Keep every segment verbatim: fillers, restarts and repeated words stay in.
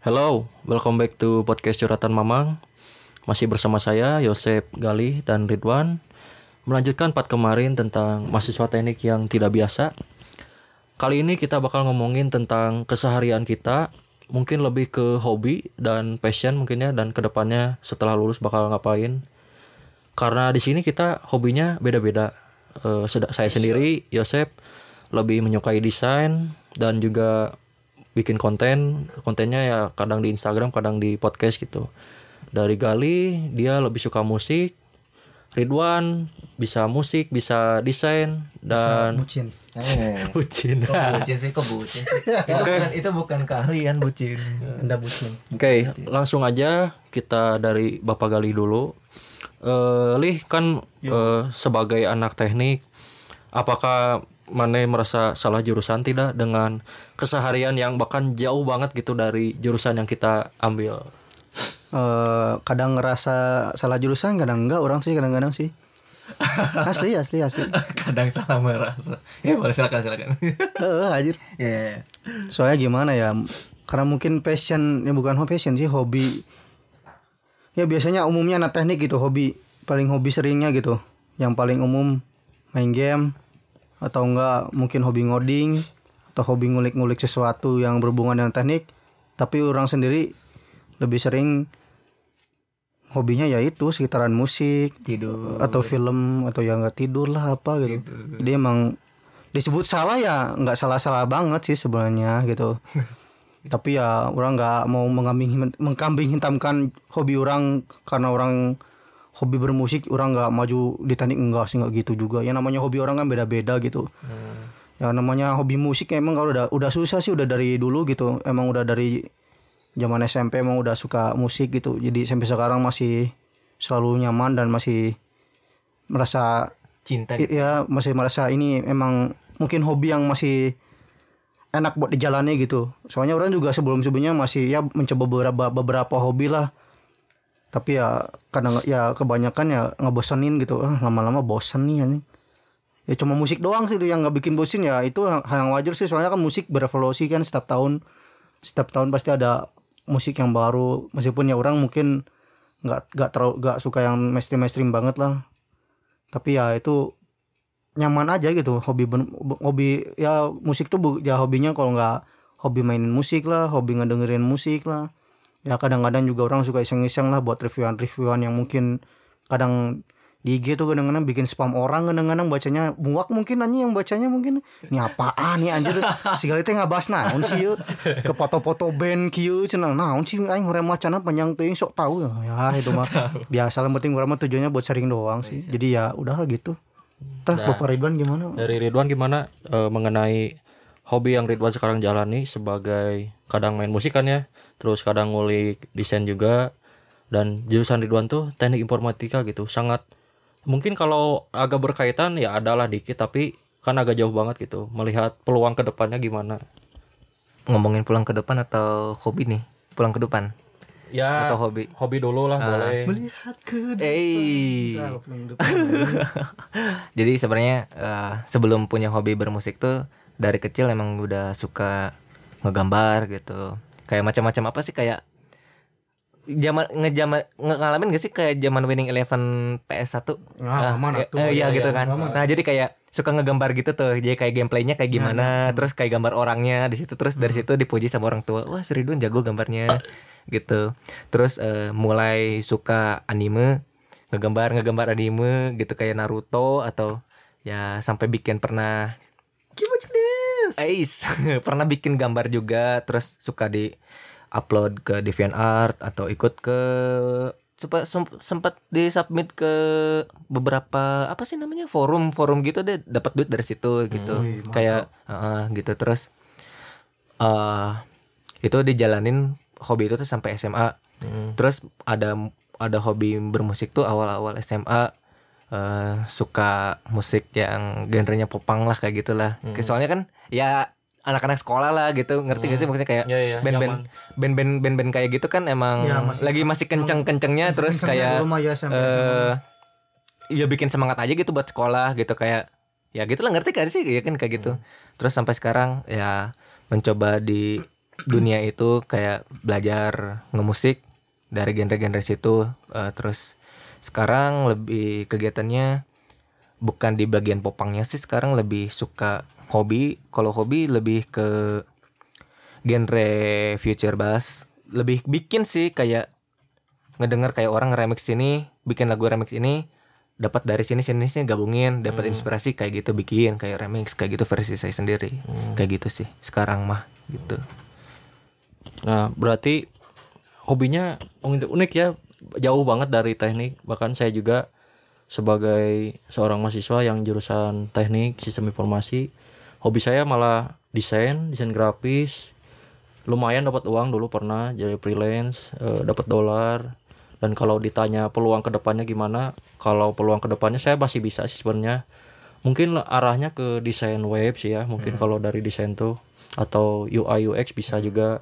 Hello, welcome back to podcast Curhatan Mamang. Masih bersama saya Yosep, Galih, dan Ridwan. Melanjutkan part kemarin tentang mahasiswa teknik yang tidak biasa. Kali ini kita bakal ngomongin tentang keseharian kita, mungkin lebih ke hobi dan passion mungkin ya, dan kedepannya setelah lulus bakal ngapain. Karena di sini kita hobinya beda-beda. Uh, saya sendiri Yosep lebih menyukai desain dan juga bikin konten. Kontennya ya kadang di Instagram, kadang di podcast gitu. Dari Gali, dia lebih suka musik. Ridwan bisa musik, bisa desain, dan bisa bucin. Eh. bucin. Kok bucin sih, kok bucin sih? Itu bukan, itu bukan keahlian bucin. Anda bucin. Oke, okay, langsung aja kita dari Bapak Gali dulu. Uh, Lih kan uh, sebagai anak teknik, apakah Mane merasa salah jurusan tidak dengan keseharian yang bahkan jauh banget gitu dari jurusan yang kita ambil? Uh, kadang ngerasa salah jurusan, kadang enggak. Orang sih kadang-kadang sih. Asli, asli, asli. Kadang salah merasa. Ya boleh, silakan, silakan. Heeh, anjir. Ya. Yeah. Soalnya gimana ya? Karena mungkin passion, ya bukan passion sih, hobi. Ya biasanya umumnya anak teknik gitu, hobi paling hobi seringnya gitu. Yang paling umum main game, atau enggak mungkin hobi ngoding, atau hobi ngulik-ngulik sesuatu yang berhubungan dengan teknik. Tapi orang sendiri lebih sering hobinya yaitu sekitaran musik, tidur, atau film, atau ya nggak tidur lah apa gitu. Tidur. Jadi emang disebut salah ya nggak salah-salah banget sih sebenarnya gitu. Tapi ya orang nggak mau mengambing mengkambing hitamkan hobi orang karena orang hobi bermusik, orang nggak maju di teknik, enggak sih, nggak gitu juga. Ya namanya hobi orang kan beda-beda gitu. Hmm. Ya namanya hobi musik emang kalau udah udah susah sih, udah dari dulu gitu. Emang udah dari zaman S M P emang udah suka musik gitu. Jadi sampai sekarang masih selalu nyaman dan masih merasa cinta gitu. Ya masih merasa ini emang mungkin hobi yang masih enak buat dijalani gitu. Soalnya orang juga sebelum-sebelumnya masih ya mencoba beberapa beberapa hobi lah. Tapi ya kadang ya kebanyakan ya ngebosenin gitu. Ah, lama-lama bosen nih anjing. Ya cuma musik doang sih itu yang enggak bikin bosen, ya itu hal yang wajar sih, soalnya kan musik berevolusi kan setiap tahun. Setiap tahun pasti ada musik yang baru, meskipun ya orang mungkin enggak enggak terlalu enggak suka yang mainstream-mainstream banget lah. Tapi ya itu nyaman aja gitu, hobi hobi ya musik tuh ya hobinya kalau enggak hobi mainin musik lah, hobi ngedengerin musik lah. Ya kadang-kadang juga orang suka iseng-iseng lah buat reviewan-reviewan yang mungkin kadang di I G tuh kadang-kadang bikin spam orang, kadang-kadang bacanya muak mungkin anjing, yang bacanya mungkin ini apaan nih anjir, segala itu ngabas naon sih yuk ke foto-foto band kieu cenah naon sih aing hoream macana panjang teuing sok tahu ya itu mah biasa lah, penting urang mah tujuannya buat sharing doang sih. Jadi ya udahlah gitu. Tah nah, Bapak Ridwan gimana? Dari Ridwan gimana e, mengenai hobi yang Ridwan sekarang jalani sebagai kadang main musik kan ya, terus kadang ngulik desain juga, dan jurusan Ridwan tuh teknik informatika gitu. Sangat mungkin kalau agak berkaitan ya adalah dikit, tapi kan agak jauh banget gitu. Melihat peluang ke depannya gimana? Ngomongin pulang ke depan atau hobi nih? Pulang ke depan ya, atau hobi? Hobi dulu lah, uh, boleh. Melihat ke depan. Hey. Jadi sebenarnya uh, sebelum punya hobi bermusik tuh dari kecil emang udah suka ngegambar gitu. Kayak macam-macam apa sih, kayak zaman ngejaman ngalamin gak sih kayak zaman Winning Eleven P S satu? Nah, nah, ya, eh, iya gitu kan. Nah, jadi kayak suka ngegambar gitu tuh. Jadi kayak gameplaynya kayak gimana, nah, terus kayak gambar orangnya di situ, terus dari situ dipuji sama orang tua. Wah, si Ridwan jago gambarnya gitu. Terus uh, mulai suka anime, ngegambar ngegambar anime gitu kayak Naruto, atau ya sampai bikin pernah Ais pernah bikin gambar juga, terus suka di upload ke DeviantArt atau ikut ke sempat disubmit ke beberapa apa sih namanya forum-forum gitu deh, dapat duit dari situ gitu. Hmm, kayak uh, gitu. Terus uh, itu dijalanin hobi itu tuh sampai S M A. Hmm. Terus ada ada hobi bermusik tuh awal-awal S M A. Uh, suka musik yang genrenya popang lah kayak gitulah. Hmm. Soalnya kan ya anak-anak sekolah lah gitu, ngerti hmm. gak sih maksudnya kayak ya, ya, band-band band-band band-band kayak gitu kan emang ya, masih, lagi masih kenceng-kencengnya, kenceng terus kayak ya, sampai, uh, sampai. Ya bikin semangat aja gitu buat sekolah gitu, kayak ya gitulah, ngerti kan sih ya kan kayak gitu. Hmm. Terus sampai sekarang ya mencoba di dunia itu kayak belajar ngemusik dari genre-genre situ. Uh, terus sekarang lebih kegiatannya bukan di bagian popangnya sih, sekarang lebih suka hobi. Kalau hobi lebih ke genre future bass, lebih bikin sih kayak ngedenger kayak orang remix ini, bikin lagu remix ini dapat dari sini sini sini gabungin, dapat hmm. inspirasi kayak gitu, bikin kayak remix kayak gitu versi saya sendiri. Hmm. Kayak gitu sih sekarang mah gitu. Nah, berarti hobinya unik ya, jauh banget dari teknik. Bahkan saya juga sebagai seorang mahasiswa yang jurusan teknik sistem informasi, hobi saya malah desain, desain grafis. Lumayan dapat uang dulu, pernah jadi freelance, eh, dapat dolar. Dan kalau ditanya peluang kedepannya gimana, kalau peluang kedepannya saya masih bisa sih sebenarnya. Mungkin arahnya ke desain web sih ya, mungkin hmm. kalau dari desain tuh, atau U I U X bisa juga.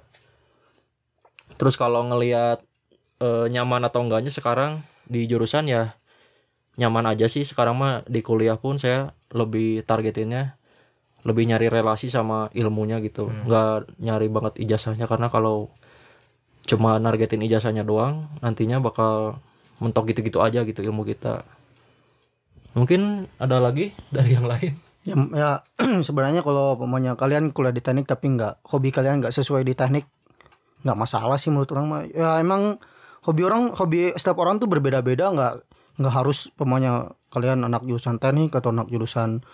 Terus kalau ngelihat e, nyaman atau enggaknya sekarang di jurusan ya nyaman aja sih. Sekarang mah di kuliah pun saya lebih targetinnya lebih nyari relasi sama ilmunya gitu, hmm. nggak nyari banget ijazahnya, karena kalau cuma nargetin ijazahnya doang nantinya bakal mentok gitu-gitu aja gitu ilmu kita. Mungkin ada lagi dari yang lain ya, ya sebenarnya kalau pokoknya kalian kuliah di teknik tapi nggak, hobi kalian nggak sesuai di teknik, nggak masalah sih menurut orang mah. Ya emang hobi orang, hobi setiap orang tuh berbeda-beda, nggak nggak harus pokoknya kalian anak jurusan teknik atau anak jurusan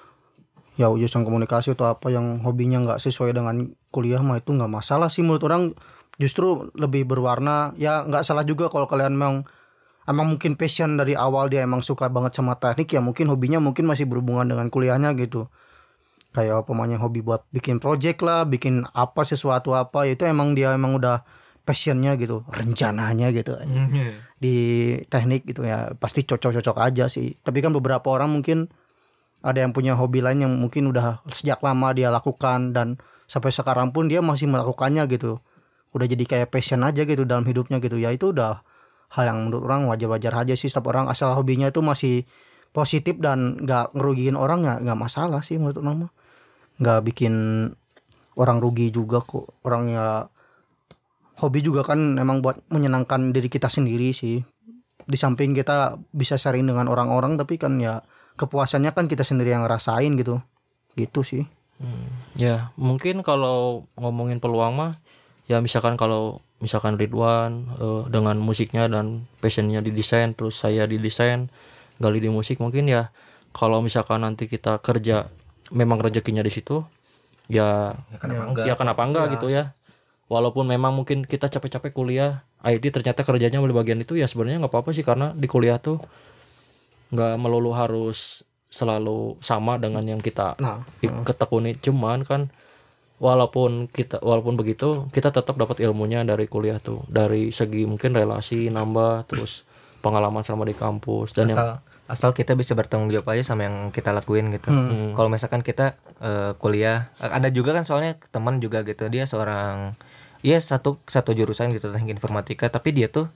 ya jurusan komunikasi atau apa yang hobinya nggak sesuai dengan kuliah mah, itu nggak masalah sih menurut orang. Justru lebih berwarna. Ya nggak salah juga kalau kalian memang emang mungkin passion dari awal dia emang suka banget sama teknik, ya mungkin hobinya mungkin masih berhubungan dengan kuliahnya gitu. Kayak pemainnya hobi buat bikin project lah, bikin apa sesuatu apa, itu emang dia emang udah passionnya gitu, rencananya gitu mm-hmm. di teknik gitu ya, pasti cocok-cocok aja sih. Tapi kan beberapa orang mungkin ada yang punya hobi lain yang mungkin udah sejak lama dia lakukan dan sampai sekarang pun dia masih melakukannya gitu, udah jadi kayak passion aja gitu dalam hidupnya gitu. Ya itu udah hal yang menurut orang wajar-wajar aja sih. Setiap orang asal hobinya itu masih positif dan gak ngerugiin orang, ya gak masalah sih menurut orang. Gak bikin orang rugi juga kok. Orang ya hobi juga kan emang buat menyenangkan diri kita sendiri sih. Di samping kita bisa sharing dengan orang-orang, tapi kan ya kepuasannya kan kita sendiri yang ngerasain gitu. Gitu sih. Hmm, ya mungkin kalau ngomongin peluang mah, ya misalkan kalau misalkan Ridwan uh, dengan musiknya dan passionnya di desain, terus saya di desain, Gali di musik, mungkin ya kalau misalkan nanti kita kerja memang rezekinya di situ, ya ya kenapa ya, enggak, ya, kenapa enggak ya, gitu ya. Walaupun memang mungkin kita capek-capek kuliah I T, ternyata kerjanya di bagian itu, ya sebenarnya nggak apa-apa sih, karena di kuliah tuh nggak melulu harus selalu sama dengan yang kita nah, ketekuni. Cuman kan walaupun kita walaupun begitu kita tetap dapat ilmunya dari kuliah tuh, dari segi mungkin relasi nambah, terus pengalaman selama di kampus, dan asal, yang asal kita bisa bertanggung jawab aja sama yang kita lakuin gitu. Hmm. Kalau misalkan kita uh, kuliah, ada juga kan soalnya teman juga gitu, dia seorang ya satu satu jurusan gitu teknik informatika, tapi dia tuh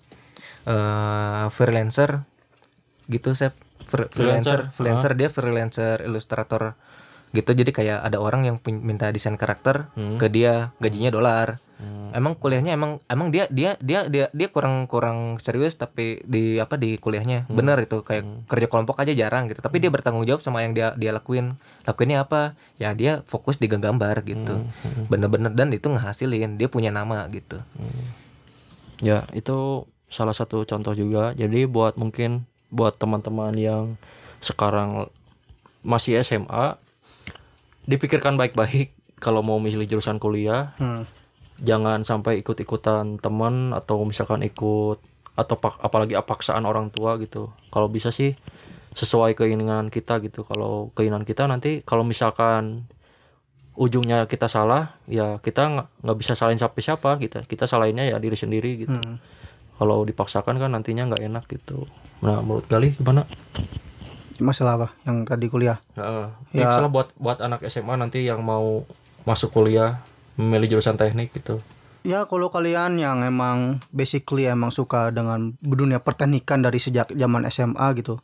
uh, freelancer gitu, saya freelancer freelancer, freelancer dia freelancer ilustrator gitu. Jadi kayak ada orang yang minta desain karakter hmm. ke dia, gajinya dolar. Hmm. Emang kuliahnya emang emang dia dia dia dia dia kurang kurang serius, tapi di apa di kuliahnya hmm. bener itu kayak hmm. kerja kelompok aja jarang gitu. Tapi hmm. dia bertanggung jawab sama yang dia dia lakuin. Lakuinnya apa? Ya dia fokus di gambar gitu. Hmm. Hmm. Bener-bener, dan itu ngehasilin, dia punya nama gitu. Hmm. Ya, itu salah satu contoh juga. Jadi buat mungkin buat teman-teman yang sekarang masih S M A, dipikirkan baik-baik kalau mau milih jurusan kuliah. Hmm. Jangan sampai ikut-ikutan teman, atau misalkan ikut atau pak, apalagi paksaan orang tua gitu. Kalau bisa sih sesuai keinginan kita gitu. Kalau keinginan kita nanti kalau misalkan ujungnya kita salah, ya kita nggak nggak bisa salahin siapa-siapa gitu. Kita salahinnya ya diri sendiri gitu. Hmm. Kalau dipaksakan kan nantinya nggak enak gitu. Nah, menurut Gali gimana? Masalah apa yang tadi kuliah? Uh, tips ya. Lah buat buat anak S M A nanti yang mau masuk kuliah, memilih jurusan teknik gitu. Ya kalau kalian yang emang basically emang suka dengan dunia perteknikan dari sejak zaman S M A gitu,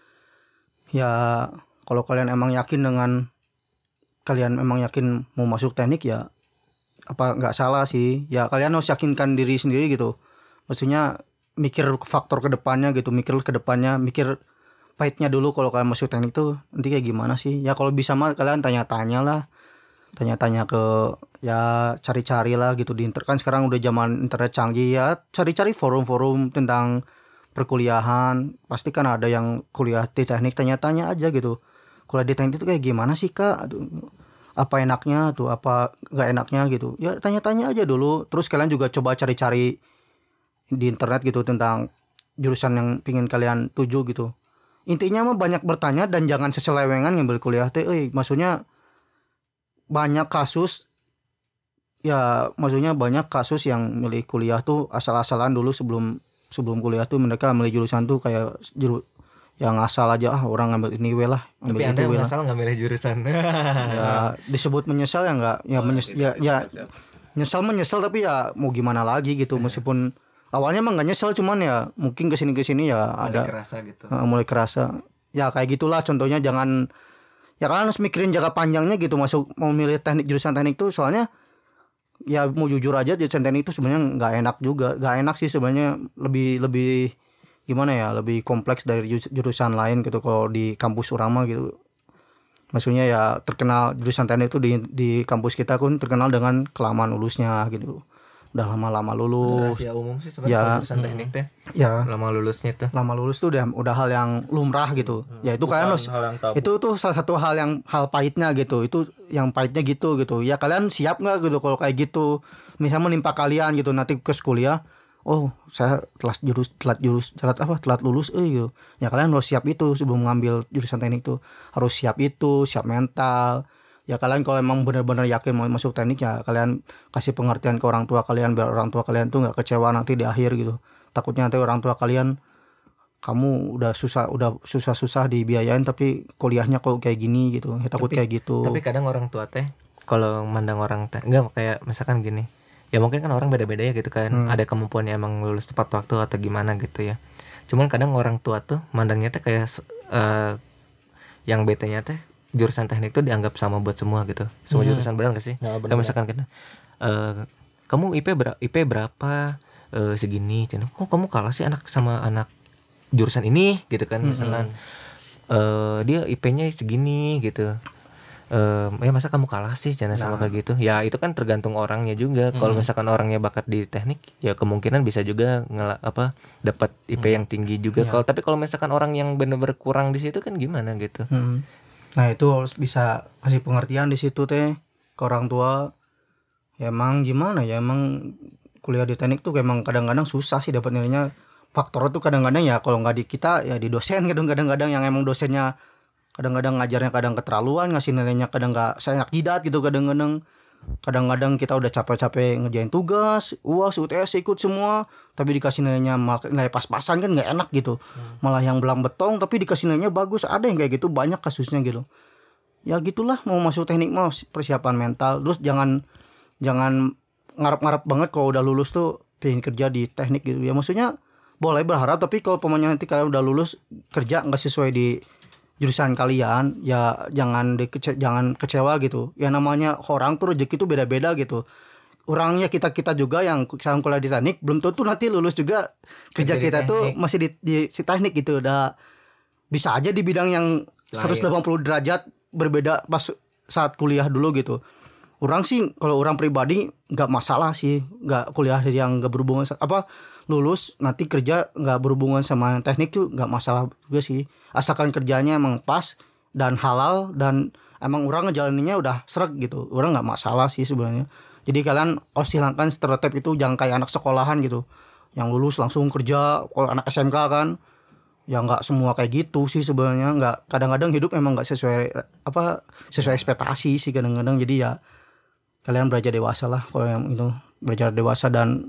ya kalau kalian emang yakin dengan kalian emang yakin mau masuk teknik, ya apa nggak salah sih. Ya kalian harus yakinkan diri sendiri gitu. Maksudnya mikir faktor kedepannya gitu, mikir kedepannya, mikir pahitnya dulu kalau kalian masuk teknik tuh nanti kayak gimana sih. Ya kalau bisa mah kalian tanya-tanya lah, tanya-tanya ke ya cari-cari lah gitu di internet, kan sekarang udah zaman internet canggih ya, cari-cari forum-forum tentang perkuliahan, pasti kan ada yang kuliah di teknik, tanya-tanya aja gitu. Kuliah di teknik itu kayak gimana sih kak? Aduh, apa enaknya tuh, apa nggak enaknya gitu. Ya tanya-tanya aja dulu. Terus kalian juga coba cari-cari di internet gitu tentang jurusan yang pingin kalian tuju gitu. Intinya mah banyak bertanya dan jangan seselewengan ngambil kuliah teh. Eh, maksudnya banyak kasus ya, maksudnya banyak kasus yang milih kuliah tuh asal-asalan dulu sebelum sebelum kuliah tuh mereka milih jurusan tuh kayak juru yang asal aja, ah orang ngambil ini we lah. Tapi Anda asal nggak milih jurusan. Ya disebut menyesal ya enggak ya, menyes, ya ya nyesal menyesal tapi ya mau gimana lagi gitu. Meskipun awalnya emang gak nyesel, cuman ya mungkin kesini kesini ya mulai ada kerasa gitu. uh, mulai kerasa ya kayak gitulah. Contohnya jangan ya kalian harus mikirin jangka panjangnya gitu masuk mau milih teknik, jurusan teknik tuh soalnya ya mau jujur aja jurusan teknik itu sebenarnya nggak enak juga, nggak enak sih sebenarnya, lebih lebih gimana ya, lebih kompleks dari jurusan lain gitu kalau di kampus Urama gitu. Maksudnya ya terkenal jurusan teknik itu di di kampus kita pun terkenal dengan kelamaan lulusnya gitu. Udah lama-lama lulus. Rahasia umum sih sebenarnya ya, jurusan teknik teh. Ya. Lama lulusnya tuh. Lama lulus tuh udah udah hal yang lumrah gitu. Hmm. Ya itu kalian harus, itu tuh salah satu hal yang hal pahitnya gitu. Itu yang pahitnya gitu gitu. Ya kalian siap nggak gitu kalau kayak gitu. Misalnya menimpa kalian gitu nanti ke kuliah. Oh, saya telat jurus telat jurus telat apa? Telat lulus eh gitu. Ya kalian harus siap itu sebelum ngambil jurusan teknik tuh. Harus siap itu, siap mental. Ya kalian kalau emang benar-benar yakin mau masuk teknik ya kalian kasih pengertian ke orang tua kalian biar orang tua kalian tuh nggak kecewa nanti di akhir gitu. Takutnya nanti orang tua kalian, kamu udah susah udah susah-susah dibiayain tapi kuliahnya kok kayak gini gitu. Ya, takut tapi, kayak gitu. Tapi kadang orang tua teh kalau mandang orang teh enggak kayak misalkan gini. Ya mungkin kan orang beda-beda ya gitu kan. Hmm. Ada kemampuannya emang lulus tepat waktu atau gimana gitu ya. Cuman kadang orang tua tuh mandangnya teh kayak uh, yang betenya teh jurusan teknik tuh dianggap sama buat semua gitu. Semua hmm. jurusan, benar gak sih? Ya, kayak misalkan kita uh, kamu I P ber- I P berapa? Uh, segini. Kok kamu kalah sih anak sama anak jurusan ini gitu kan, misalkan hmm. uh, dia I P-nya segini gitu. Uh, ya masa kamu kalah sih cina nah. sama kayak gitu. Ya itu kan tergantung orangnya juga. Hmm. Kalau misalkan orangnya bakat di teknik, ya kemungkinan bisa juga ngela- apa dapat I P hmm. yang tinggi juga. Ya. Kalau tapi kalau misalkan orang yang benar-benar kurang di situ kan gimana gitu. Hmm. Nah itu harus bisa kasih pengertian di situ teh ke orang tua. Ya emang gimana ya, emang kuliah di teknik tuh emang kadang-kadang susah sih dapat nilainya. Faktor tuh kadang-kadang ya kalau nggak di kita ya di dosen, kadang-kadang yang emang dosennya kadang-kadang ngajarnya kadang keterlaluan, ngasih nilainya kadang nggak seenak jidat gitu. Kadang-kadang kadang-kadang kita udah capek-capek ngerjain tugas, U A S, U T S ikut semua, tapi dikasih nilainya nilai pas-pasan kan nggak enak gitu. Hmm. Malah yang belang betong tapi dikasih nilainya bagus, ada yang kayak gitu, banyak kasusnya gitu. Ya gitulah, mau masuk teknik mau persiapan mental. Terus jangan jangan ngarep-ngarep banget kalau udah lulus tuh pengen kerja di teknik gitu. Ya maksudnya boleh berharap, tapi kalau pemainnya nanti kalian udah lulus kerja nggak sesuai di jurusan kalian, ya jangan dikece- jangan kecewa gitu. Ya namanya orang tuh rezeki tuh beda-beda gitu. Orangnya kita-kita juga yang sekarang kuliah di teknik belum tentu nanti lulus juga kerja kita teknik. Tuh masih di, di si teknik gitu. Udah bisa aja di bidang yang seratus delapan puluh derajat berbeda pas saat kuliah dulu gitu. Orang sih kalau orang pribadi nggak masalah sih, nggak kuliah yang nggak berhubungan apa lulus nanti kerja nggak berhubungan sama teknik tuh nggak masalah juga sih, asalkan kerjanya emang pas dan halal dan emang orang ngejalaninnya udah sreg gitu, orang nggak masalah sih sebenarnya. Jadi kalian harus hilangkan stereotip itu, jangan kayak anak sekolahan gitu yang lulus langsung kerja. Kalau anak S M K kan ya nggak semua kayak gitu sih sebenarnya, nggak, kadang-kadang hidup emang nggak sesuai apa sesuai ekspektasi sih kadang-kadang. Jadi ya kalian belajar dewasa lah, kalau yang itu belajar dewasa dan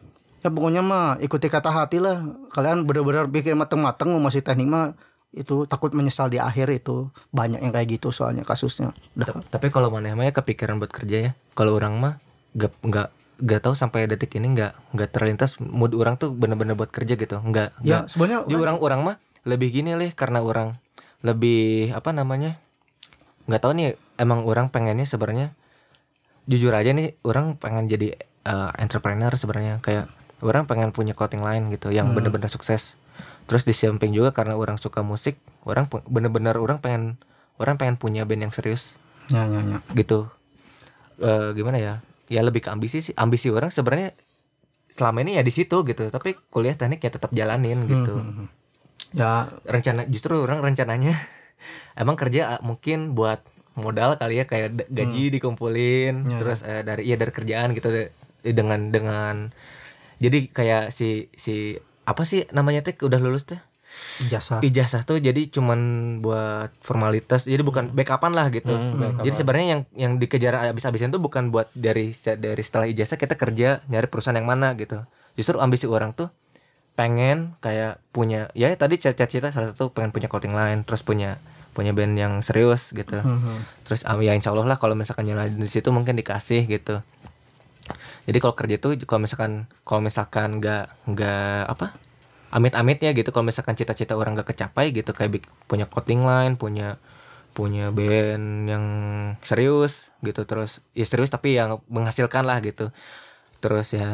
ya pokoknya mah ikuti kata hati lah. Kalian benar-benar pikir mateng-mateng mau masih teknik mah itu takut menyesal di akhir, itu banyak yang kayak gitu soalnya kasusnya. Udah. Tapi kalau mana emangnya kepikiran buat kerja ya? Kalau orang mah gak nggak nggak tahu sampai detik ini nggak nggak terlintas mood orang tuh benar-benar buat kerja gitu. Nggak. Ya sebenarnya di orang-orang mah lebih gini leh, karena orang lebih apa namanya nggak tahu nih, emang orang pengennya sebenarnya jujur aja nih orang pengen jadi uh, entrepreneur sebenarnya, kayak orang pengen punya clothing line gitu yang hmm. bener-bener sukses. Terus di samping juga karena orang suka musik, orang bener-bener orang pengen orang pengen punya band yang serius. Ya ya ya. Gitu. Uh, gimana ya? Ya lebih ke ambisi sih. Ambisi orang sebenarnya selama ini ya di situ gitu, tapi kuliah teknik ya tetap jalanin gitu. Hmm. Ya rencana justru orang rencananya emang kerja mungkin buat modal kali ya, kayak gaji hmm. dikumpulin ya, terus eh, dari ya dari kerjaan gitu de, dengan dengan jadi kayak si si apa sih namanya teh udah lulus teh ijazah ijazah tuh jadi cuman buat formalitas, jadi bukan backupan lah gitu. hmm, jadi sebenarnya yang yang dikejar abis-abisan tuh bukan buat dari dari setelah ijazah kita kerja nyari perusahaan yang mana gitu. Justru ambisi orang tuh pengen kayak punya ya tadi cita-cita salah satu pengen punya clothing line, terus punya punya band yang serius gitu. Mm-hmm. Terus ya insya Allah lah kalau misalkan jalan di situ mungkin dikasih gitu. Jadi kalau kerja tuh kalau misalkan kalau misalkan nggak nggak apa amit-amit ya gitu, kalau misalkan cita-cita orang nggak kecapai gitu, kayak punya clothing line, punya punya band yang serius gitu, terus ya serius tapi yang menghasilkan lah gitu. Terus ya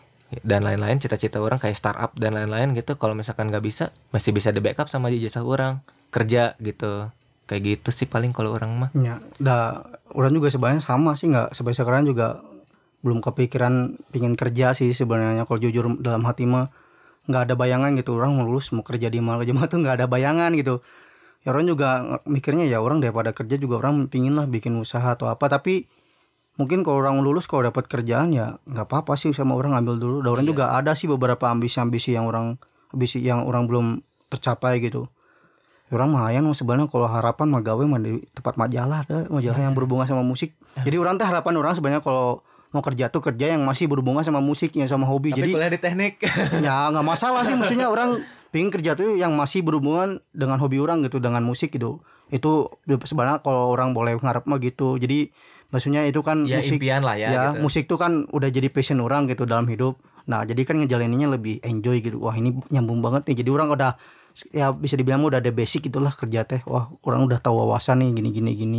dan lain-lain, cita-cita orang kayak startup dan lain-lain gitu. Kalau misalkan nggak bisa masih bisa di backup sama ijazah orang kerja gitu, kayak gitu sih paling kalau orang mah. Ya, dah orang juga sebenarnya sama sih, nggak sampai sekarang juga belum kepikiran pingin kerja sih sebenarnya. Kalau jujur dalam hati mah nggak ada bayangan gitu orang mau lulus mau kerja di mana kerja mah tuh nggak ada bayangan gitu. Ya orang juga mikirnya ya orang daripada kerja juga orang pingin lah bikin usaha atau apa, tapi mungkin kalau orang lulus kalau dapat kerjaan ya nggak apa-apa sih sama orang ngambil dulu. Dan orang iya. juga ada sih beberapa ambisi-ambisi yang orang ambisi yang orang belum tercapai gitu. Orang mah hayan sebenarnya kalau harapan mah gawe mah di tempat majalah ada majalah yang berhubungan sama musik. Jadi orang teh harapan orang sebenarnya kalau mau kerja tuh kerja yang masih berhubungan sama musiknya sama hobi. Tapi jadi kuliah di teknik. Ya nggak masalah sih, maksudnya orang pengen kerja tuh yang masih berhubungan dengan hobi orang gitu, dengan musik gitu. Itu sebenarnya kalau orang boleh ngarep mah gitu. Jadi maksudnya itu kan ya, musik impian lah ya, ya gitu. Musik tuh kan udah jadi passion orang gitu dalam hidup. Nah jadi kan ngejalaninnya lebih enjoy gitu. Wah ini nyambung banget nih. Jadi orang udah ya bisa dibilang udah ada basic itulah kerja teh. Wah orang udah tahu wawasan nih gini gini gini.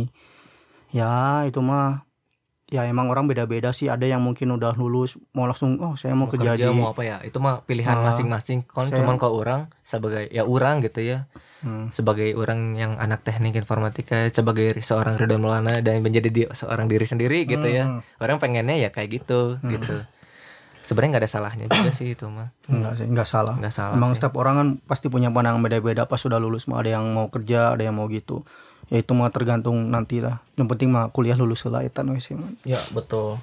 Ya itu mah ya emang orang beda-beda sih. Ada yang mungkin udah lulus mau langsung oh saya mau, mau kerja, kerja di mau apa ya, itu mah pilihan uh, masing-masing. Kalau cuman kalau orang sebagai ya orang gitu ya, hmm. sebagai orang yang anak teknik informatika, sebagai seorang Ridwan Maulana dan menjadi di, seorang diri sendiri gitu hmm. ya, orang pengennya ya kayak gitu hmm. gitu. Sebenarnya nggak ada salahnya juga sih itu mah. Enggak sih, nggak salah. Nggak salah. Emang sih. Setiap orang kan pasti punya pandangan beda-beda pas sudah lulus. Mah ada yang mau kerja, ada yang mau gitu. Ya itu mah tergantung nanti lah. Yang penting mah kuliah lulus lah eta we sih. Ya, betul.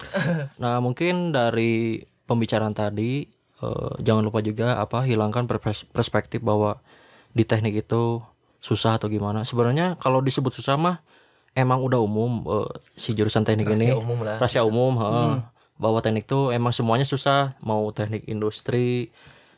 Nah, mungkin dari pembicaraan tadi eh, jangan lupa juga apa hilangkan perspektif bahwa di teknik itu susah atau gimana. Sebenarnya kalau disebut susah mah emang udah umum eh, si jurusan teknik rahasia ini. Umum lah. Rahasia umum, hmm. bahwa teknik itu emang semuanya susah, mau teknik industri,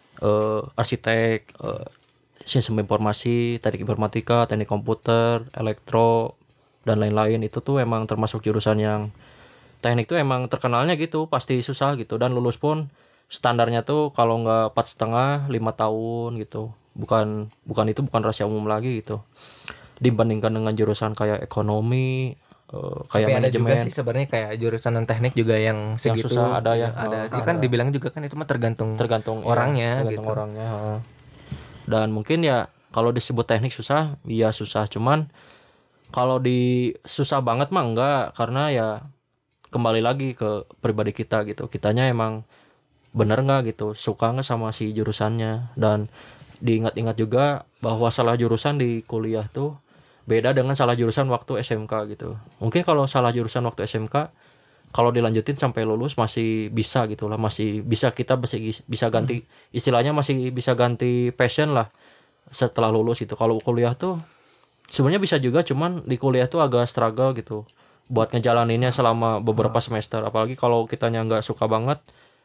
eh, arsitek, eh, sistem informasi, teknik informatika, teknik komputer, elektro dan lain-lain, itu tuh emang termasuk jurusan yang teknik tuh emang terkenalnya gitu pasti susah gitu. Dan lulus pun standarnya tuh kalau nggak empat setengah lima tahun gitu. Bukan bukan itu bukan rahasia umum lagi gitu. Dibandingkan dengan jurusan kayak ekonomi, uh, kayak tapi ada manajemen. juga sih sebenarnya kayak jurusan non teknik juga yang segitu. Yang susah ada ya. Ada. Oh, kan ada. dibilang juga kan itu mah tergantung tergantung orangnya ya, tergantung gitu. orangnya. Uh. Dan mungkin ya kalau disebut teknik susah, iya susah. Cuman kalau di susah banget mah enggak, karena ya kembali lagi ke pribadi kita gitu. Kitanya emang bener nggak gitu, suka nggak sama si jurusannya. Dan diingat-ingat juga bahwa salah jurusan di kuliah tuh beda dengan salah jurusan waktu S M K gitu. Mungkin kalau salah jurusan waktu S M K, kalau dilanjutin sampai lulus masih bisa gitu lah, masih bisa kita masih bisa ganti, istilahnya masih bisa ganti passion lah setelah lulus itu. Kalau kuliah tuh sebenarnya bisa juga, cuman di kuliah tuh agak struggle gitu buat ngejalaninnya selama beberapa semester. Apalagi kalau kitanya nggak suka banget,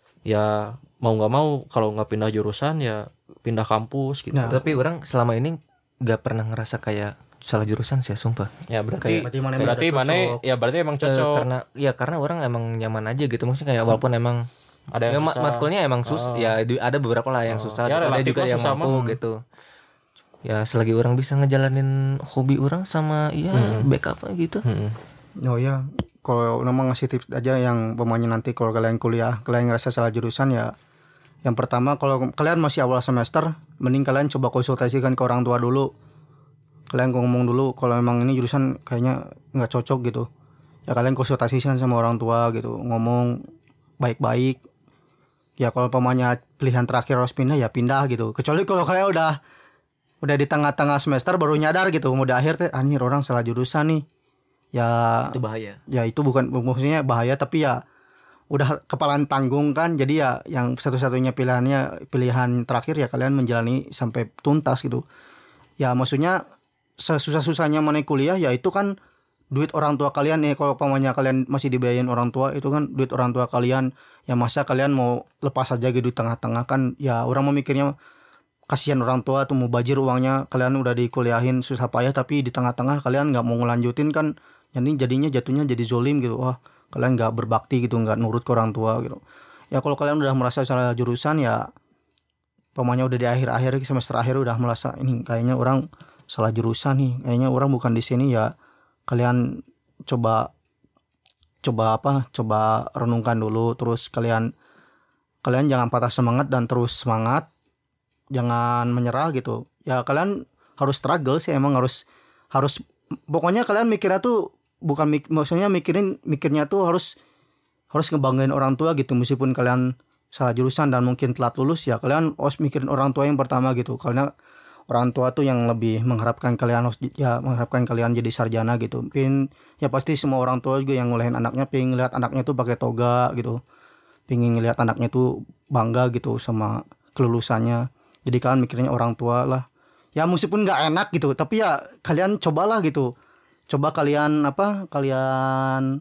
ya mau nggak mau kalau nggak pindah jurusan ya pindah kampus gitu. Nah, tapi orang selama ini nggak pernah ngerasa kayak salah jurusan sih ya, sumpah. Ya berarti berarti mana berarti mana ya berarti emang cocok. Uh, karena ya karena orang emang nyaman aja gitu, maksudnya kayak walaupun emang ada yang ya, susah. matkulnya emang sus uh, ya ada beberapa lah yang uh, susah, ya, ada juga yang mampu mah. gitu. Ya selagi orang bisa ngejalanin hobi orang sama ya hmm. backup gitu. Hmm. Oh ya, kalau memang ngasih tips aja yang pemainnya nanti kalau kalian kuliah kalian ngerasa salah jurusan ya. Yang pertama kalau kalian masih awal semester, mending kalian coba konsultasikan ke orang tua dulu. Kalian ngomong dulu kalau memang ini jurusan kayaknya nggak cocok gitu. Ya kalian konsultasikan sama orang tua gitu, ngomong baik-baik. Ya kalau pemainnya pilihan terakhir harus pindah ya pindah gitu. Kecuali kalau kalian udah udah di tengah-tengah semester baru nyadar gitu, mau di akhir teh anjir orang salah jurusan nih. Ya Itu bahaya. Ya itu bukan maksudnya bahaya tapi ya udah kepalan tanggung kan, jadi ya yang satu-satunya pilihannya pilihan terakhir ya kalian menjalani sampai tuntas gitu. Ya maksudnya sesusah-susahnya mana kuliah ya itu kan duit orang tua kalian ya, kalau pamannya kalian masih dibayarin orang tua itu kan duit orang tua kalian. Ya masa kalian mau lepas aja gitu di tengah-tengah kan, ya orang memikirnya kasihan orang tua tuh mau bajir uangnya, kalian udah dikuliahin susah payah tapi di tengah-tengah kalian nggak mau ngelanjutin kan, jadi jadinya jatuhnya jadi zolim gitu. Wah kalian nggak berbakti gitu, nggak nurut ke orang tua gitu. Ya kalau kalian udah merasa salah jurusan ya pokoknya udah di akhir-akhir semester akhir udah merasa ini kayaknya orang salah jurusan nih, kayaknya orang bukan di sini, ya kalian coba coba apa coba renungkan dulu, terus kalian kalian jangan patah semangat dan terus semangat, jangan menyerah gitu. Ya kalian harus struggle sih, emang harus harus pokoknya kalian mikirnya tuh bukan mik, maksudnya mikirin mikirnya tuh harus harus ngebanggain orang tua gitu, meskipun kalian salah jurusan dan mungkin telat lulus ya kalian harus mikirin orang tua yang pertama gitu, karena orang tua tuh yang lebih mengharapkan kalian harus ya mengharapkan kalian jadi sarjana gitu. Pin ya pasti semua orang tua juga yang ngelahin anaknya pengen lihat anaknya tuh pakai toga gitu, pengen ngelihat anaknya tuh bangga gitu sama kelulusannya. Jadi kalian mikirnya orang tua lah ya, meskipun nggak enak gitu tapi ya kalian cobalah gitu. Coba kalian apa kalian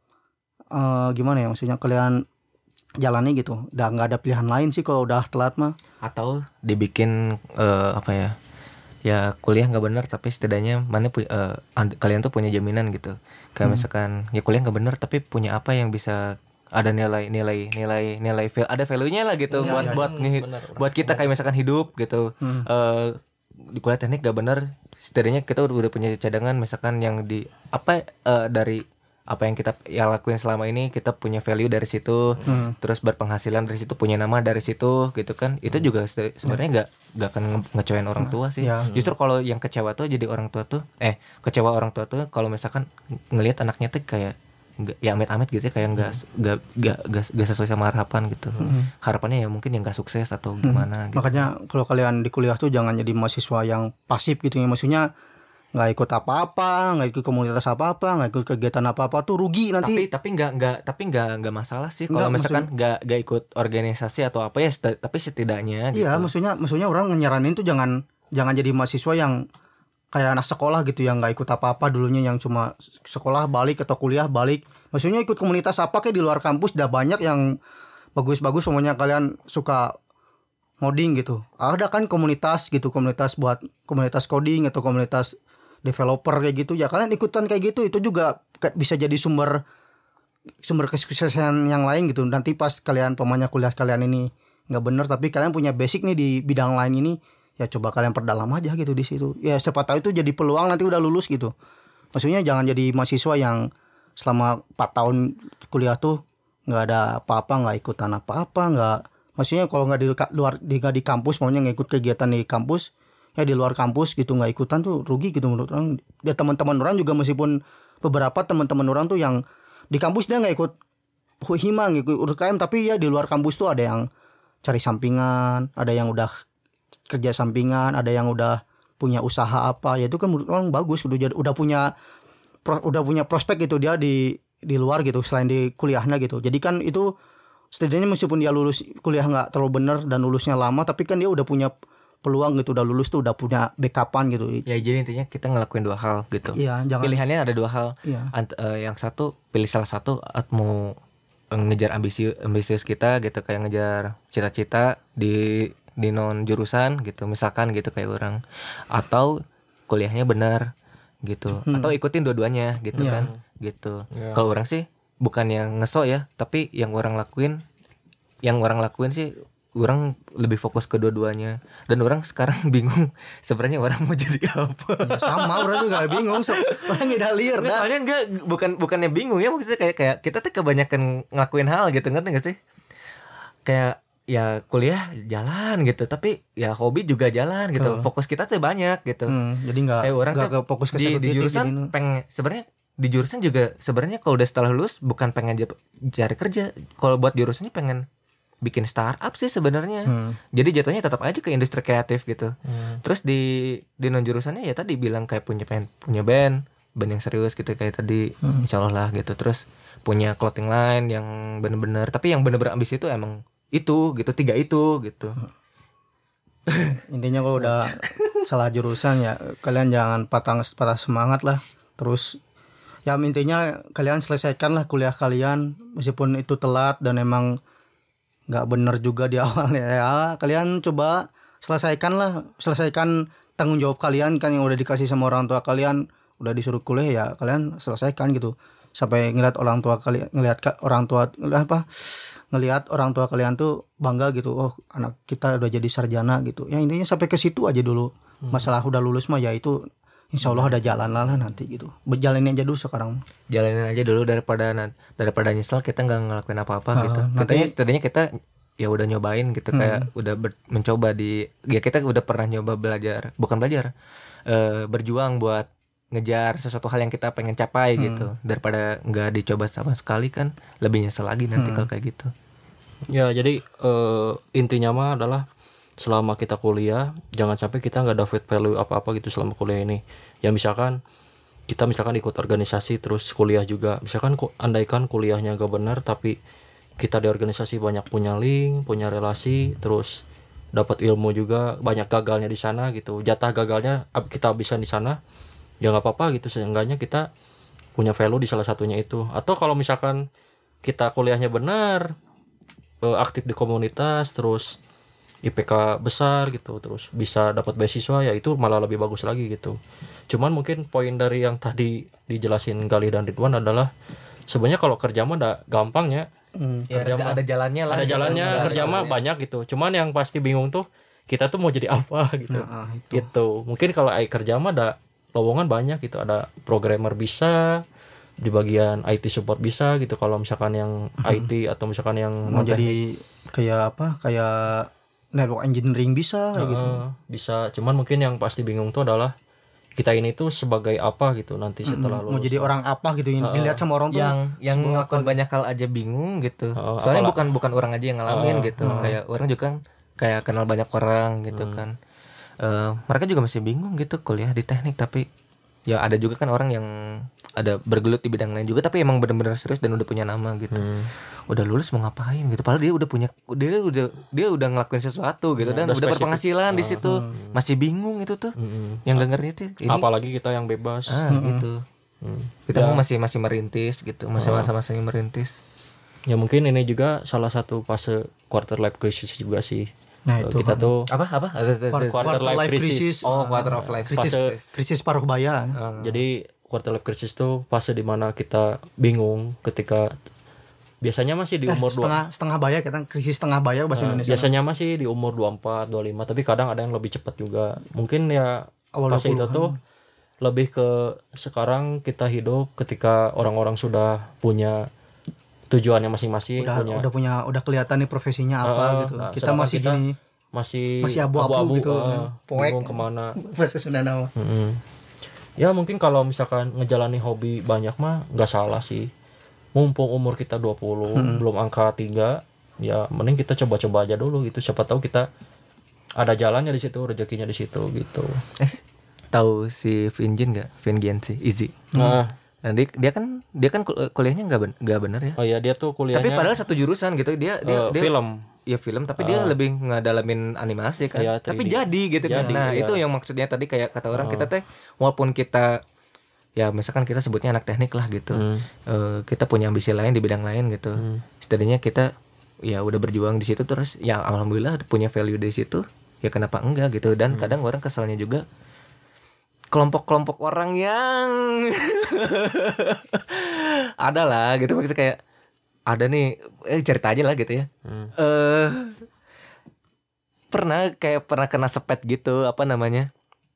uh, gimana ya maksudnya kalian jalani gitu, udah nggak ada pilihan lain sih kalau udah telat mah. Atau dibikin uh, apa ya ya kuliah nggak benar tapi setidaknya mana pu- uh, and- kalian tuh punya jaminan gitu, kayak hmm. misalkan ya kuliah nggak benar tapi punya apa yang bisa ada nilai nilai nilai nilai val- ada value-nya lah gitu, ya, buat ya, buat ya. Nih, bener, buat kita kayak misalkan hidup gitu. hmm. uh, di kuliah teknik nggak benar, setidaknya kita udah, udah punya cadangan misalkan yang di apa uh, dari apa yang kita ya lakuin selama ini kita punya value dari situ, hmm. terus berpenghasilan dari situ, punya nama dari situ gitu kan. Itu juga sebenarnya nggak nggak akan ngecewain orang tua sih. Ya. Justru kalau yang kecewa tuh jadi orang tua tuh eh kecewa orang tua tuh kalau misalkan ngelihat anaknya tuh kayak nggak ya amit-amit gitu ya, kayak nggak nggak nggak nggak sesuai sama harapan gitu. hmm. Harapannya ya mungkin yang nggak sukses atau gimana. hmm. gitu. Makanya kalau kalian di kuliah tuh jangan jadi mahasiswa yang pasif gitu ya, maksudnya nggak ikut apa-apa, nggak ikut komunitas apa-apa, nggak ikut kegiatan apa-apa tuh rugi nanti. Tapi tapi nggak nggak tapi nggak nggak masalah sih kalau misalkan nggak nggak ikut organisasi atau apa ya, set, tapi setidaknya. Gitu. Iya, maksudnya maksudnya orang nyaranin tuh jangan jangan jadi mahasiswa yang kayak anak sekolah gitu yang nggak ikut apa-apa dulunya, yang cuma sekolah balik atau kuliah balik. Maksudnya ikut komunitas apa kayak di luar kampus udah banyak yang bagus-bagus. Pokoknya kalian suka ngoding gitu, ada kan komunitas gitu, komunitas buat komunitas coding atau komunitas developer kayak gitu ya, kalian ikutan kayak gitu. Itu juga bisa jadi sumber sumber kesuksesan yang lain gitu. Nanti pas kalian pemanya kuliah kalian ini nggak bener tapi kalian punya basic nih di bidang lain ini, ya coba kalian perdalam aja gitu di situ. Ya siapa tahu itu jadi peluang nanti udah lulus gitu. Maksudnya jangan jadi mahasiswa yang selama empat tahun kuliah tuh nggak ada apa-apa, nggak ikutan apa-apa, nggak maksudnya kalau nggak di luar di, di kampus, maunya nggak ikut kegiatan di kampus, ya di luar kampus gitu nggak ikutan tuh rugi gitu menurut orang. Ya teman-teman orang juga, meskipun beberapa teman-teman orang tuh yang di kampus dia nggak ikut hima, nggak ikut U K M, tapi ya di luar kampus tuh ada yang cari sampingan, ada yang udah kerja sampingan, ada yang udah punya usaha apa, ya itu kan menurut orang bagus, udah udah punya pro, udah punya prospek gitu dia di di luar gitu selain di kuliahnya gitu. Jadi kan itu setidaknya meskipun dia lulus kuliah nggak terlalu benar dan lulusnya lama, tapi kan dia udah punya peluang gitu, udah lulus tuh udah punya backupan gitu. Ya jadi intinya kita ngelakuin dua hal gitu. Iya, jangan, pilihannya ada dua hal. Iya. Ant, uh, yang satu pilih salah satu, atau mau ngejar ambisi ambisius kita gitu, kayak ngejar cita-cita di di non jurusan gitu misalkan gitu kayak orang, atau kuliahnya benar gitu, hmm. atau ikutin dua-duanya gitu yeah. kan gitu. Yeah. Kalau orang sih bukan yang ngeso ya, tapi yang orang lakuin yang orang lakuin sih orang lebih fokus ke dua-duanya dan orang sekarang bingung sebenarnya orang mau jadi apa. Ya, sama orang juga bingung. Orang ngidalir Nggak, soalnya enggak bukan bukannya bingung ya, maksudnya kayak kayak kita tuh kebanyakan ngelakuin hal gitu, ngerti gak sih? Kayak ya kuliah jalan gitu, tapi ya hobi juga jalan gitu. Hmm. Fokus kita tuh banyak gitu. Hmm, jadi nggak Kayak orang nggak tuh ke fokus ke di, satu di titik jurusan gitu. pengen sebenarnya di jurusan juga sebenarnya kalau udah setelah lulus bukan pengen j- cari kerja. Kalau buat jurusannya pengen bikin startup sih sebenarnya. Hmm. Jadi jatuhnya tetap aja ke industri kreatif gitu. Hmm. Terus di di non jurusannya ya tadi bilang kayak punya pen, punya band, band yang serius gitu kayak tadi, Hmm. insya Allah lah gitu. Terus punya clothing line yang bener-bener, tapi yang bener-bener ambisi itu emang itu gitu, tiga itu gitu. Intinya kalau udah salah jurusan ya kalian jangan patah patah semangat lah. Terus ya intinya kalian selesaikan lah kuliah kalian meskipun itu telat dan emang nggak bener juga di awal ya. Kalian coba selesaikan lah, selesaikan tanggung jawab kalian kan yang udah dikasih sama orang tua kalian, udah disuruh kuliah ya kalian selesaikan gitu. Sampai ngeliat orang tua kalian, ngelihat ka- orang tua ngeliat apa? Ngelihat orang tua kalian tuh bangga gitu. Oh, anak kita udah jadi sarjana gitu. Ya intinya sampai ke situ aja dulu. Masalah udah lulus mah ya itu insya Allah ada jalan lah nanti gitu. Berjalanin aja dulu sekarang. Jalanin aja dulu daripada daripada nyesel kita nggak ngelakuin apa-apa Ah, gitu. nanti- Katanya setidaknya kita ya udah nyobain gitu, kayak udah ber- mencoba di ya kita udah pernah nyoba belajar, bukan belajar, eh, berjuang buat ngejar sesuatu hal yang kita pengen capai gitu, daripada nggak dicoba sama sekali kan lebih nyesel lagi nanti kalau kayak gitu. Ya jadi eh, intinya mah adalah selama kita kuliah jangan sampai kita nggak dapat value apa-apa gitu selama kuliah ini. Ya misalkan kita misalkan ikut organisasi terus kuliah juga, misalkan ku- andaikan kuliahnya gak benar tapi kita di organisasi banyak punya link, punya relasi, terus dapat ilmu juga, banyak gagalnya di sana gitu, jatah gagalnya ab- kita bisa di sana, ya nggak apa-apa gitu, seenggaknya kita punya value di salah satunya itu. Atau kalau misalkan kita kuliahnya benar, eh, aktif di komunitas, terus I P K besar gitu, terus bisa dapat beasiswa, ya itu malah lebih bagus lagi gitu. Cuman mungkin poin dari yang tadi dijelasin Galih dan Ridwan adalah sebenarnya kalau kerja mah udah gampang ya. Ya, Kerja ada, mah- ada jalannya lah. Ada jalannya, Ada kerja mah jalannya. banyak gitu. Cuman yang pasti bingung tuh kita tuh mau jadi apa gitu. Nah, itu. Gitu. Mungkin kalau I kerja mah ada lowongan banyak gitu. Ada programmer bisa, di bagian I T support bisa gitu. Kalau misalkan yang I T atau misalkan yang Mau non-teknik, jadi kayak apa? Kayak network engineering bisa kayak gitu. eh, bisa. Cuman mungkin yang pasti bingung tuh adalah kita ini tuh sebagai apa gitu nanti setelah Mau lulus. jadi orang apa gitu yang dilihat sama orang tuh yang yang sebuah ngelakuin banyak hal aja bingung gitu. Oh, Soalnya apalah- bukan bukan orang aja yang ngalamin gitu. Kayak orang juga kan kayak kenal banyak orang gitu kan. Eh, mereka juga masih bingung gitu kuliah di teknik, tapi ya ada juga kan orang yang ada bergelut di bidang lain juga tapi emang benar-benar serius dan udah punya nama gitu. Udah lulus mau ngapain gitu. Padahal dia udah punya dia udah dia udah ngelakuin sesuatu gitu dan udah udah spesifik. berpenghasilan di situ. Masih bingung itu tuh. Mm-mm. Yang denger itu ini Apalagi kita yang bebas. ah gitu. Hmm. Kita Ya. mah masih masih merintis gitu, masih masa-masa yang merintis. Ya mungkin ini juga salah satu fase quarter life crisis juga sih. Nah, Eh, itu kita tuh Apa apa? quarter life crisis. Oh, quarter of life krisis Fase- krisis paruh baya. Jadi quarter life crisis tuh fase dimana kita bingung ketika biasanya masih di Eh, umur dua, setengah setengah baya kita krisis setengah baya bahasa Indonesia. biasanya masih di umur dua puluh empat, dua puluh lima, tapi kadang ada yang lebih cepat juga. Mungkin ya Awal fase itu dua puluhan. tuh lebih ke sekarang kita hidup ketika orang-orang sudah punya tujuannya masing-masing, udah punya udah punya udah kelihatan nih profesinya apa Eh, gitu. nah, Kita sedangkan masih kita gini masih masih abu-abu gitu. eh, Poek. bingung kemana. bahasa Sunda nama. Mm-mm. Ya mungkin kalau misalkan ngejalani hobi banyak mah nggak salah sih. Mumpung umur kita dua puluh, belum angka tiga, ya mending kita coba-coba aja dulu gitu. Siapa tahu kita ada jalannya di situ, rezekinya di situ gitu. Eh, tahu si Vinjin nggak? Vingian sih, Easy. Nah, Nah, dia, dia kan dia kan kul- kuliahnya nggak ben, nggak bener ya. oh ya dia tuh kuliahnya Tapi padahal satu jurusan gitu dia dia, eh, dia film. ya film tapi dia lebih ngedalamin animasi kan. Iya, tapi tiga jadi D. gitu kan. Jadi, Nah, iya. itu yang maksudnya tadi kayak kata orang kita teh walaupun kita ya misalkan kita sebutnya anak teknik lah gitu. Eh, kita punya ambisi lain di bidang lain gitu. Setidaknya kita ya udah berjuang di situ terus ya alhamdulillah punya value di situ. Ya kenapa enggak gitu dan kadang orang kesalnya juga kelompok-kelompok orang yang ada lah gitu maksudnya kayak ada nih eh cerita aja lah gitu ya. Eh pernah kayak pernah kena sepet gitu, apa namanya,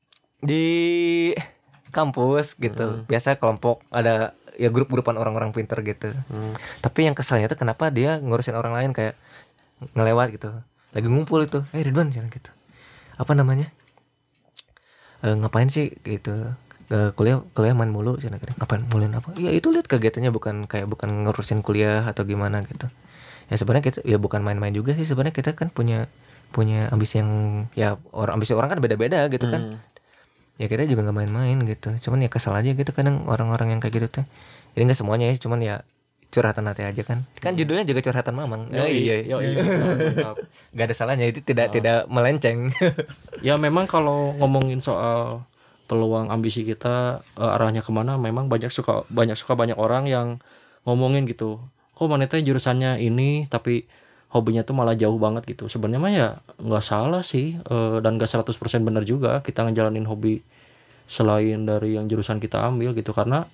di kampus gitu. hmm. Biasa kelompok ada ya grup-grupan orang-orang pinter gitu. hmm. Tapi yang kesalnya tuh kenapa dia ngurusin orang lain, kayak ngelewat gitu, lagi ngumpul itu, eh Ridwan jangan gitu, apa namanya, e, ngapain sih gitu, e, kuliah kuliah main mulu, ngapain mulin apa, ya itu lihat kegiatannya bukan kayak bukan ngurusin kuliah atau gimana gitu. Ya sebenarnya kita ya bukan main-main juga sih, sebenarnya kita kan punya punya ambisi yang ya orang ambisi orang kan beda-beda gitu kan. hmm. Ya kita juga nggak main-main gitu, cuman ya kesal aja gitu kadang orang-orang yang kayak gitu tuh. Ini nggak semuanya ya, cuman ya curhatan hati aja kan. Kan hmm. judulnya juga curhatan mamang. Oh, iya, iya, iya. Gak ada salahnya, itu tidak oh. tidak melenceng. Ya memang kalau ngomongin soal peluang ambisi kita uh, arahnya kemana, memang banyak suka banyak suka banyak orang yang ngomongin gitu. Kok maneta jurusannya ini tapi hobinya tuh malah jauh banget gitu. Sebenarnya mah ya nggak salah sih, uh, dan nggak seratus persen benar juga kita ngejalanin hobi selain dari yang jurusan kita ambil gitu, karena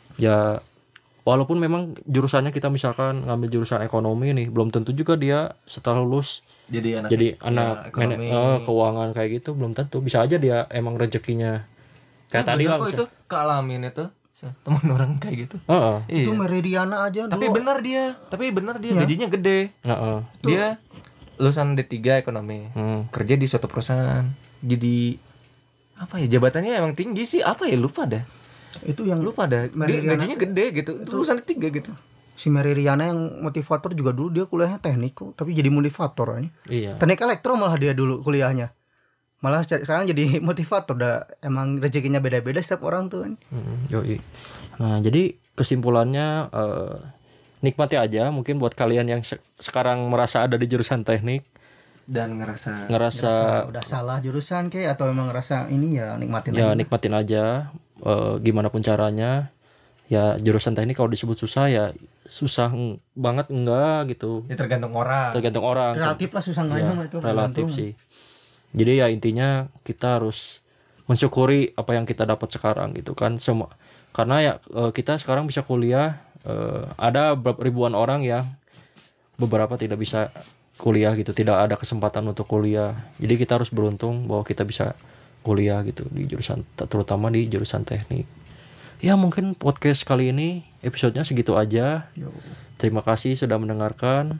ya walaupun memang jurusannya kita misalkan ngambil jurusan ekonomi nih, belum tentu juga dia setelah lulus jadi anak jadi ya, anak man- uh, keuangan kayak gitu, belum tentu. Bisa aja dia emang rezekinya kayak ya, tadi lah itu kealamin itu teman orang kayak gitu. Uh-uh. Itu iya. Meridiana aja tapi dulu. benar dia tapi benar dia ya. Gajinya gede. Uh-uh. Dia lulusan D tiga ekonomi, hmm. kerja di suatu perusahaan, jadi apa ya, jabatannya emang tinggi sih, apa ya lupa dah. Itu yang lupa dah, dia gajinya gede gitu, itu lulusan D tiga gitu. Si Mary Riana yang motivator juga dulu dia kuliahnya teknik kok, tapi jadi motivator aja. Iya. Teknik elektro malah dia dulu kuliahnya. Malah sekarang jadi motivator, dah emang rezekinya beda-beda setiap orang tuh kan. Hmm, yoi. Nah, jadi kesimpulannya uh, nikmati aja mungkin buat kalian yang se- sekarang merasa ada di jurusan teknik dan ngerasa ngerasa, ngerasa udah salah jurusan kayak atau emang ngerasa ini ya nikmatin ya aja. nikmatin aja uh, gimana pun caranya. Ya jurusan teknik kalau disebut susah ya susah ng- banget enggak gitu. Ya tergantung orang. Tergantung orang. Relatif lah susah enggaknya ya, itu. Relatif sih. Jadi ya intinya kita harus mensyukuri apa yang kita dapat sekarang gitu kan. Semua karena ya uh, kita sekarang bisa kuliah, uh, ada ribuan orang yang beberapa tidak bisa kuliah gitu, tidak ada kesempatan untuk kuliah. Jadi kita harus beruntung bahwa kita bisa kuliah gitu di jurusan, terutama di jurusan teknik. Ya mungkin podcast kali ini episodenya segitu aja. Yo. Terima kasih sudah mendengarkan.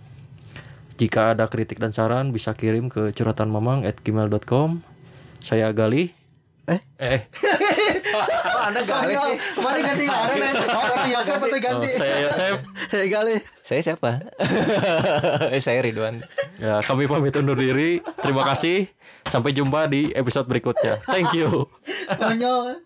Jika ada kritik dan saran bisa kirim ke curhatanmamang at gmail dot com. Saya Gali. Eh? Eh. Oh, Anda Gali sih. Kemarin ganti ngaran men. Orang Yosef atau ganti? Oh, saya Yosef. Saya Gali. Saya siapa? Saya Ridwan. Ya, kami pamit undur diri. Terima kasih. Sampai jumpa di episode berikutnya. Thank you. Konyol.